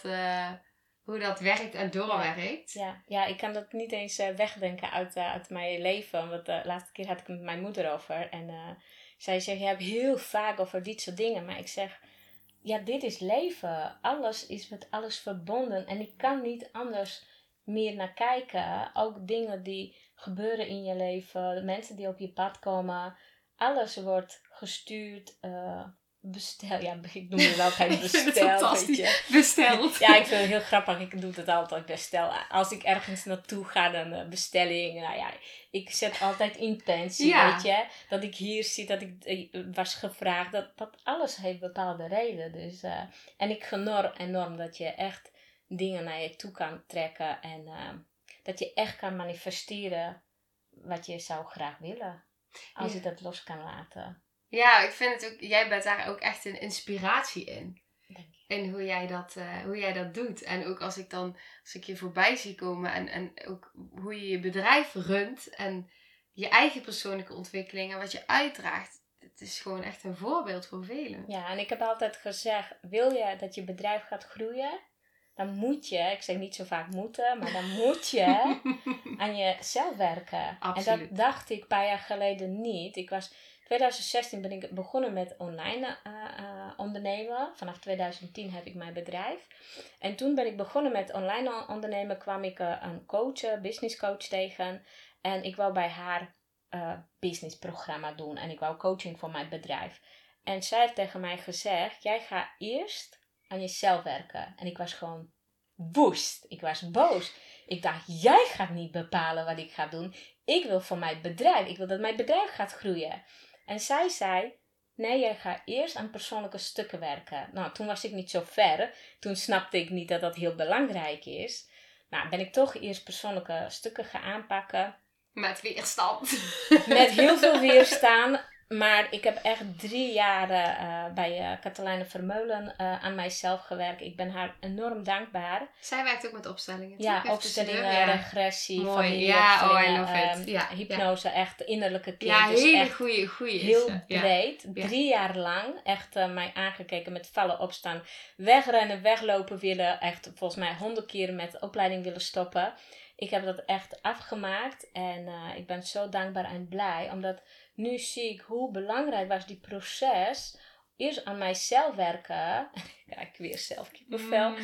hoe dat werkt en doorwerkt. Ja, ik kan dat niet eens wegdenken uit mijn leven. Want de laatste keer had ik het met mijn moeder over. En zij zegt, je hebt heel vaak over dit soort dingen. Maar ik zeg, dit is leven. Alles is met alles verbonden. En ik kan niet anders meer naar kijken. Ook dingen die gebeuren in je leven. Mensen die op je pad komen. Alles wordt gestuurd... Bestel, ik noem het altijd bestel, weet je. Besteld. Ja, ik vind het heel grappig. Ik doe het altijd bestel. Als ik ergens naartoe ga, dan bestelling. Ik zet altijd intentie, weet je. Dat ik hier zit, dat ik was gevraagd. Dat alles heeft bepaalde reden. Dus, en ik geniet enorm dat je echt dingen naar je toe kan trekken. En dat je echt kan manifesteren wat je zou graag willen. Als je dat los kan laten. Ja, ik vind het ook... Jij bent daar ook echt een inspiratie in. En hoe jij dat doet. En ook als ik je voorbij zie komen. En ook hoe je je bedrijf runt. En je eigen persoonlijke ontwikkeling. En wat je uitdraagt. Het is gewoon echt een voorbeeld voor velen. Ja, en ik heb altijd gezegd. Wil je dat je bedrijf gaat groeien? Dan moet je, ik zeg niet zo vaak moeten. Maar dan moet je aan jezelf werken. Absoluut. En dat dacht ik een paar jaar geleden niet. In 2016 ben ik begonnen met online ondernemen. Vanaf 2010 heb ik mijn bedrijf. En toen ben ik begonnen met online ondernemen. Kwam ik een coach, business coach tegen. En ik wou bij haar businessprogramma doen. En ik wou coaching voor mijn bedrijf. En zij heeft tegen mij gezegd. Jij gaat eerst aan jezelf werken. En ik was gewoon woest. Ik was boos. Ik dacht, jij gaat niet bepalen wat ik ga doen. Ik wil voor mijn bedrijf. Ik wil dat mijn bedrijf gaat groeien. En zij zei, nee, jij gaat eerst aan persoonlijke stukken werken. Nou, toen was ik niet zo ver. Toen snapte ik niet dat dat heel belangrijk is. Nou, ben ik toch eerst persoonlijke stukken gaan aanpakken. Met weerstand. Met heel veel weerstand. Maar ik heb echt 3 jaar bij Katelijne Vermeulen aan mijzelf gewerkt. Ik ben haar enorm dankbaar. Zij werkt ook met opstellingen. Ja, opstellingen, regressie, familie. Ja, I love it. Hypnose, echt innerlijke kind. Ja, dus hele echt goeie heel is ze. breed. Ja. 3 jaar lang echt mij aangekeken met vallen, opstaan, wegrennen, weglopen willen. Echt volgens mij 100 keer met de opleiding willen stoppen. Ik heb dat echt afgemaakt en ik ben zo dankbaar en blij. Omdat nu zie ik hoe belangrijk was die proces. Eerst aan mijzelf werken. Kijk, weer zelf kippenvel.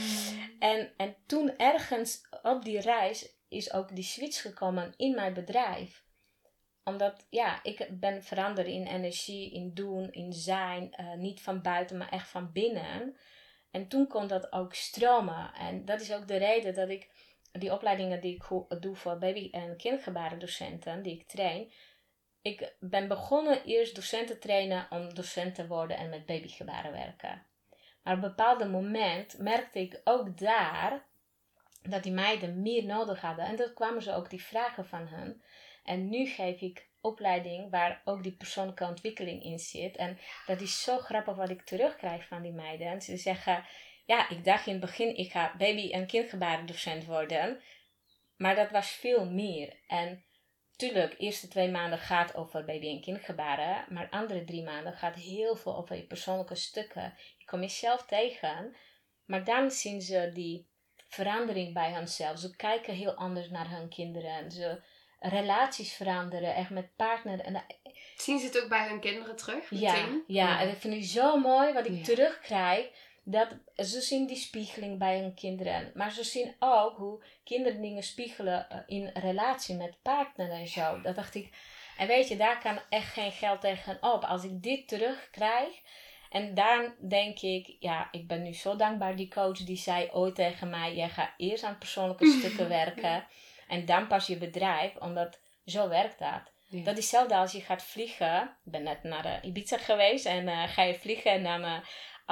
En toen ergens op die reis is ook die switch gekomen in mijn bedrijf. Omdat, ja, ik ben veranderen in energie, in doen, in zijn. Niet van buiten, maar echt van binnen. En toen kon dat ook stromen. En dat is ook de reden dat ik die opleidingen die ik doe voor baby- en kindgebarendocenten, die ik train. Ik ben begonnen eerst docenten trainen om docent te worden en met babygebaren werken. Maar op een bepaald moment merkte ik ook daar dat die meiden meer nodig hadden. En dan kwamen ze ook die vragen van hen. En nu geef ik opleiding waar ook die persoonlijke ontwikkeling in zit. En dat is zo grappig wat ik terugkrijg van die meiden. En ze zeggen, ja, ik dacht in het begin, ik ga baby- en kindgebarendocent worden. Maar dat was veel meer. En tuurlijk, de eerste 2 maanden gaat over baby- en kindgebaren. Maar de andere 3 maanden gaat heel veel over je persoonlijke stukken. Je komt jezelf tegen. Maar dan zien ze die verandering bij henzelf. Ze kijken heel anders naar hun kinderen. Ze relaties veranderen, echt met partner. En Zien ze het ook bij hun kinderen terug? Ja, en dat vind ik zo mooi wat ik terugkrijg. Dat ze zien die spiegeling bij hun kinderen. Maar ze zien ook hoe kinderen dingen spiegelen in relatie met partner en zo. Dat dacht ik. En weet je, daar kan echt geen geld tegenop. Als ik dit terugkrijg. En daar denk ik, ja, ik ben nu zo dankbaar. Die coach die zei ooit tegen mij, jij gaat eerst aan persoonlijke stukken werken. En dan pas je bedrijf, omdat zo werkt dat. Ja. Dat is hetzelfde als je gaat vliegen. Ik ben net naar Ibiza geweest en ga je vliegen en dan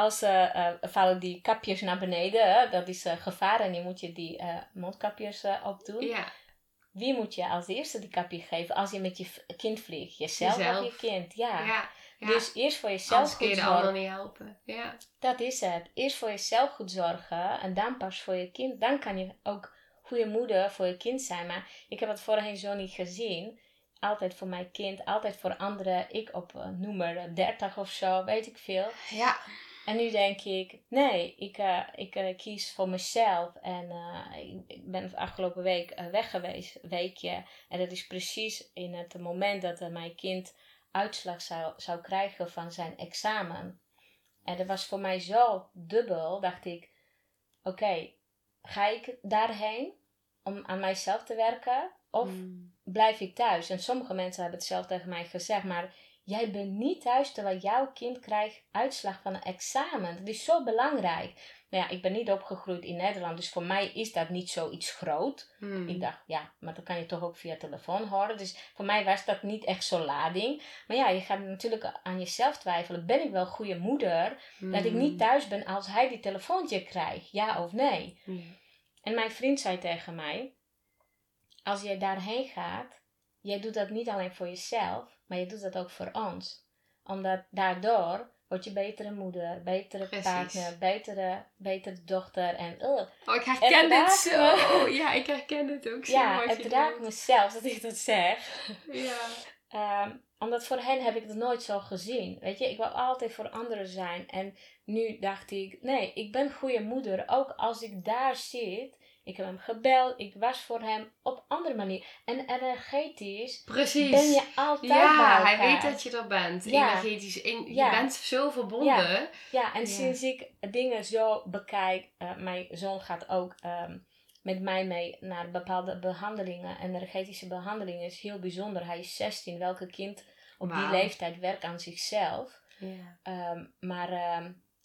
vallen die kapjes naar beneden. Dat is gevaar en je moet je die mondkapjes opdoen. Ja. Wie moet je als eerste die kapje geven als je met je kind vliegt? Jezelf of je kind? Ja. Dus eerst voor jezelf goed zorgen. Anders kun je de ander niet helpen. Ja. Dat is het. Eerst voor jezelf goed zorgen en dan pas voor je kind. Dan kan je ook goede moeder voor je kind zijn. Maar ik heb het voorheen zo niet gezien. Altijd voor mijn kind, altijd voor anderen. Ik op nummer 30 of zo, weet ik veel. Ja. En nu denk ik, nee, ik kies voor mezelf. En ik ben afgelopen week weg geweest, een weekje. En dat is precies in het moment dat mijn kind uitslag zou krijgen van zijn examen. En dat was voor mij zo dubbel, dacht ik, oké, ga ik daarheen om aan mijzelf te werken? Of blijf ik thuis? En sommige mensen hebben het zelf tegen mij gezegd, maar jij bent niet thuis terwijl jouw kind krijgt uitslag van een examen. Dat is zo belangrijk. Nou ja, ik ben niet opgegroeid in Nederland, dus voor mij is dat niet zoiets groot. Ik dacht, ja, maar dan kan je toch ook via telefoon horen. Dus voor mij was dat niet echt zo'n lading. Maar ja, je gaat natuurlijk aan jezelf twijfelen. Ben ik wel een goede moeder dat ik niet thuis ben als hij die telefoontje krijgt? Ja of nee? En mijn vriend zei tegen mij, als jij daarheen gaat, jij doet dat niet alleen voor jezelf, maar je doet dat ook voor ons. Omdat daardoor word je betere moeder, betere partner, betere dochter. En ik herken dit zo. Ja, ik herken het ook zo. Ja, het raakt mezelf dat ik dat zeg. Ja. Omdat voor hen heb ik het nooit zo gezien. Weet je, ik wil altijd voor anderen zijn. En nu dacht ik, nee, ik ben goede moeder. Ook als ik daar zit. Ik heb hem gebeld. Ik was voor hem op andere manier. En energetisch ben je altijd bij elkaar. Hij weet dat je er bent. Ja. Energetisch. Je bent zo verbonden. Ja, en sinds ik dingen zo bekijk. Mijn zoon gaat ook met mij mee naar bepaalde behandelingen. Energetische behandelingen is heel bijzonder. Hij is 16. Welke kind op die leeftijd werkt aan zichzelf. Maar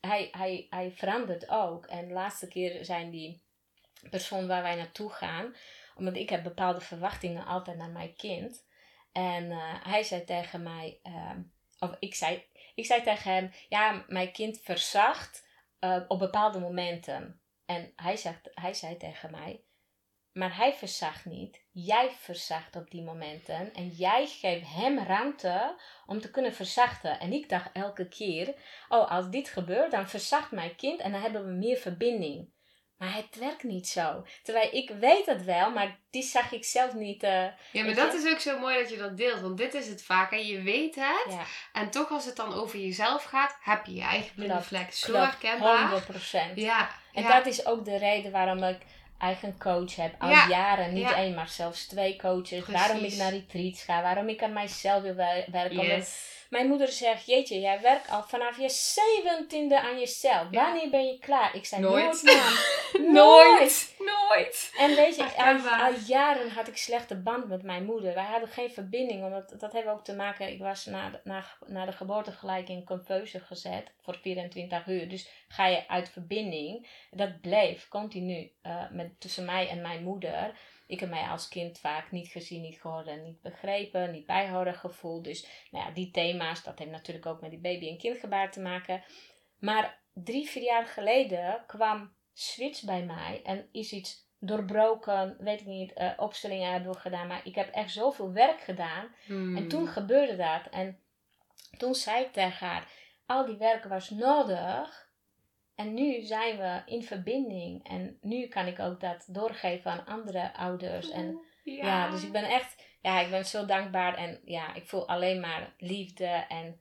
hij verandert ook. En de laatste keer zijn die persoon waar wij naartoe gaan, omdat ik heb bepaalde verwachtingen altijd naar mijn kind. En hij zei tegen mij, ik zei tegen hem, ja, mijn kind verzacht op bepaalde momenten. En hij zei tegen mij, maar hij verzacht niet. Jij verzacht op die momenten. En jij geeft hem ruimte om te kunnen verzachten. En ik dacht elke keer, als dit gebeurt, dan verzacht mijn kind en dan hebben we meer verbinding. Maar het werkt niet zo. Terwijl ik weet het wel, maar die zag ik zelf niet. Ja, maar dat is ook zo mooi dat je dat deelt. Want dit is het vaak. Hè? Je weet het. Ja. En toch als het dan over jezelf gaat, heb je je eigen blinde vlek. Zo herkenbaar. 100%. Ja. En dat is ook de reden waarom ik eigen coach heb. Al jaren. Niet één, maar zelfs 2 coaches. Precies. Waarom ik naar retreats ga. Waarom ik aan mijzelf wil werken. Yes. Mijn moeder zegt, jeetje, jij werkt al vanaf je 17e aan jezelf. Ja. Wanneer ben je klaar? Ik zei, nooit man. Nooit. En weet je, al jaren had ik slechte band met mijn moeder. Wij hadden geen verbinding. Omdat, dat heeft ook te maken, ik was na de geboorte gelijk in confusie gezet. Voor 24 uur. Dus ga je uit verbinding. Dat bleef continu tussen mij en mijn moeder. Ik heb mij als kind vaak niet gezien, niet gehoord en niet begrepen, niet bijhouden gevoeld. Dus die thema's, dat heeft natuurlijk ook met die baby- en kindgebaar te maken. Maar 3-4 jaar geleden kwam switch bij mij en is iets doorbroken, weet ik niet, opstellingen hebben we gedaan. Maar ik heb echt zoveel werk gedaan en toen gebeurde dat. En toen zei ik tegen haar, al die werk was nodig. En nu zijn we in verbinding. En nu kan ik ook dat doorgeven aan andere ouders. En dus ik ben echt... Ja, ik ben zo dankbaar. En ik voel alleen maar liefde. En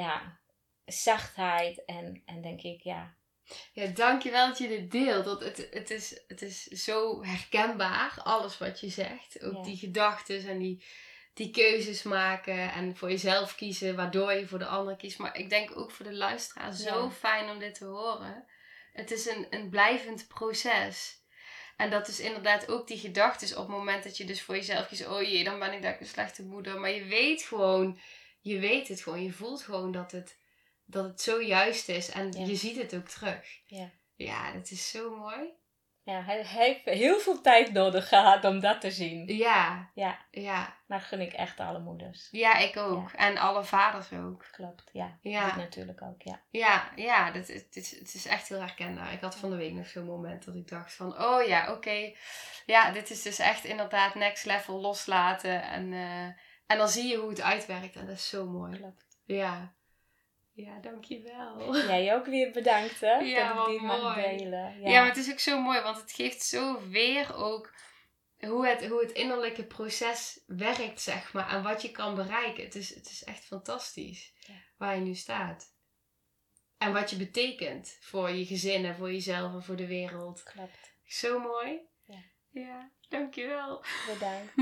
zachtheid. En denk ik, Ja, dankjewel dat je dit deelt. Want het is zo herkenbaar. Alles wat je zegt. Ook die gedachten en die keuzes maken. En voor jezelf kiezen. Waardoor je voor de ander kiest. Maar ik denk ook voor de luisteraar zo fijn om dit te horen. Het is een blijvend proces. En dat is inderdaad ook die gedachten op het moment dat je dus voor jezelf kiest. Oh jee, dan ben ik een slechte moeder. Maar je weet het gewoon. Je voelt gewoon dat het zo juist is. En je ziet het ook terug. Ja, dat is zo mooi. Ja, hij heeft heel veel tijd nodig gehad om dat te zien. Ja. Maar gun ik echt alle moeders. Ja, ik ook. Ja. En alle vaders ook. Klopt, Dat natuurlijk ook, het is echt heel herkenbaar. Ik had van de week nog zo'n moment dat ik dacht van... dit is dus echt inderdaad next level loslaten. En dan zie je hoe het uitwerkt. En dat is zo mooi. Klopt. Ja, dankjewel. Jij ook weer bedankt, hè? Ja, dat ik dit mag delen. Ja, maar het is ook zo mooi, want het geeft zo weer ook hoe het innerlijke proces werkt, zeg maar. En wat je kan bereiken. Het is echt fantastisch waar je nu staat. En wat je betekent voor je gezin en voor jezelf en voor de wereld. Klopt. Zo mooi. Ja, dankjewel. Bedankt.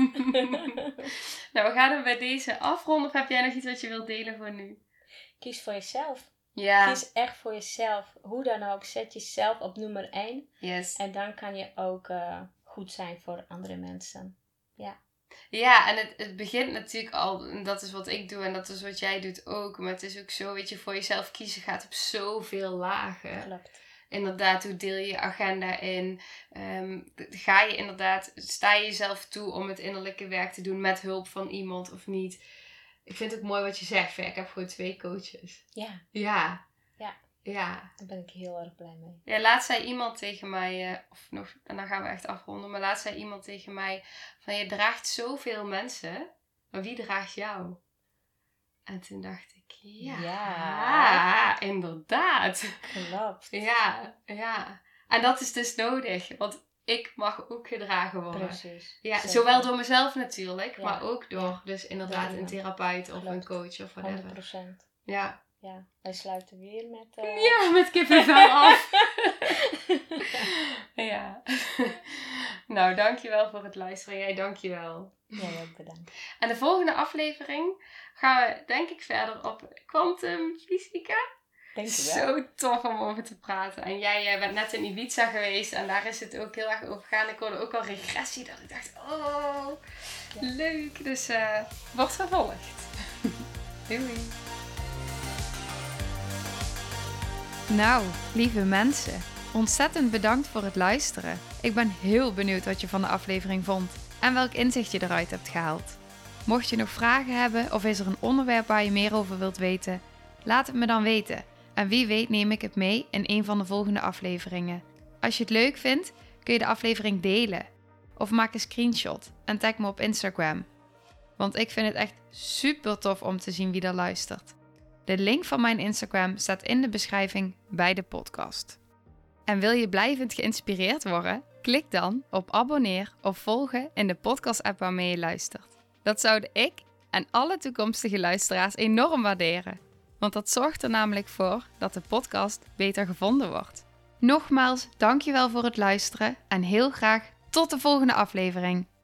Nou, we gaan hem bij deze afronden. Of heb jij nog iets wat je wilt delen voor nu? Kies voor jezelf. Ja. Kies echt voor jezelf. Hoe dan ook. Zet jezelf op nummer 1. Yes. En dan kan je ook goed zijn voor andere mensen. Ja, en het begint natuurlijk al, en dat is wat ik doe en dat is wat jij doet ook. Maar het is ook zo, weet je, voor jezelf kiezen gaat op zoveel lagen. Klopt. Inderdaad, hoe deel je je agenda in? Sta je jezelf toe om het innerlijke werk te doen met hulp van iemand of niet? Ik vind het mooi wat je zegt. Ik heb gewoon 2 coaches. Ja. Daar ben ik heel erg blij mee. Ja, laatst zei iemand tegen mij, en dan gaan we echt afronden. Maar laatst zei iemand tegen mij van je draagt zoveel mensen, maar wie draagt jou? En toen dacht ik, ja, inderdaad. Klopt. Ja. En dat is dus nodig, want ik mag ook gedragen worden. Precies. Ja, zowel door mezelf natuurlijk, maar ook door dus inderdaad een therapeut of een coach of whatever. 100%. Ja. Ja, wij sluiten weer met... Ja, met kippenvel af. Ja. Nou, dankjewel voor het luisteren. Jij dankjewel. Jij ook bedankt. En de volgende aflevering gaan we denk ik verder op kwantumfysica. Dankjewel. Zo tof om over te praten. En jij bent net in Ibiza geweest en daar is het ook heel erg over gegaan. Ik hoorde ook al regressie dat ik dacht, leuk. Dus wordt vervolgd. Doei. Nou, lieve mensen, ontzettend bedankt voor het luisteren. Ik ben heel benieuwd wat je van de aflevering vond en welk inzicht je eruit hebt gehaald. Mocht je nog vragen hebben of is er een onderwerp waar je meer over wilt weten, laat het me dan weten. En wie weet neem ik het mee in een van de volgende afleveringen. Als je het leuk vindt, kun je de aflevering delen. Of maak een screenshot en tag me op Instagram. Want ik vind het echt super tof om te zien wie er luistert. De link van mijn Instagram staat in de beschrijving bij de podcast. En wil je blijvend geïnspireerd worden? Klik dan op abonneer of volgen in de podcast-app waarmee je luistert. Dat zouden ik en alle toekomstige luisteraars enorm waarderen. Want dat zorgt er namelijk voor dat de podcast beter gevonden wordt. Nogmaals, dankjewel voor het luisteren en heel graag tot de volgende aflevering.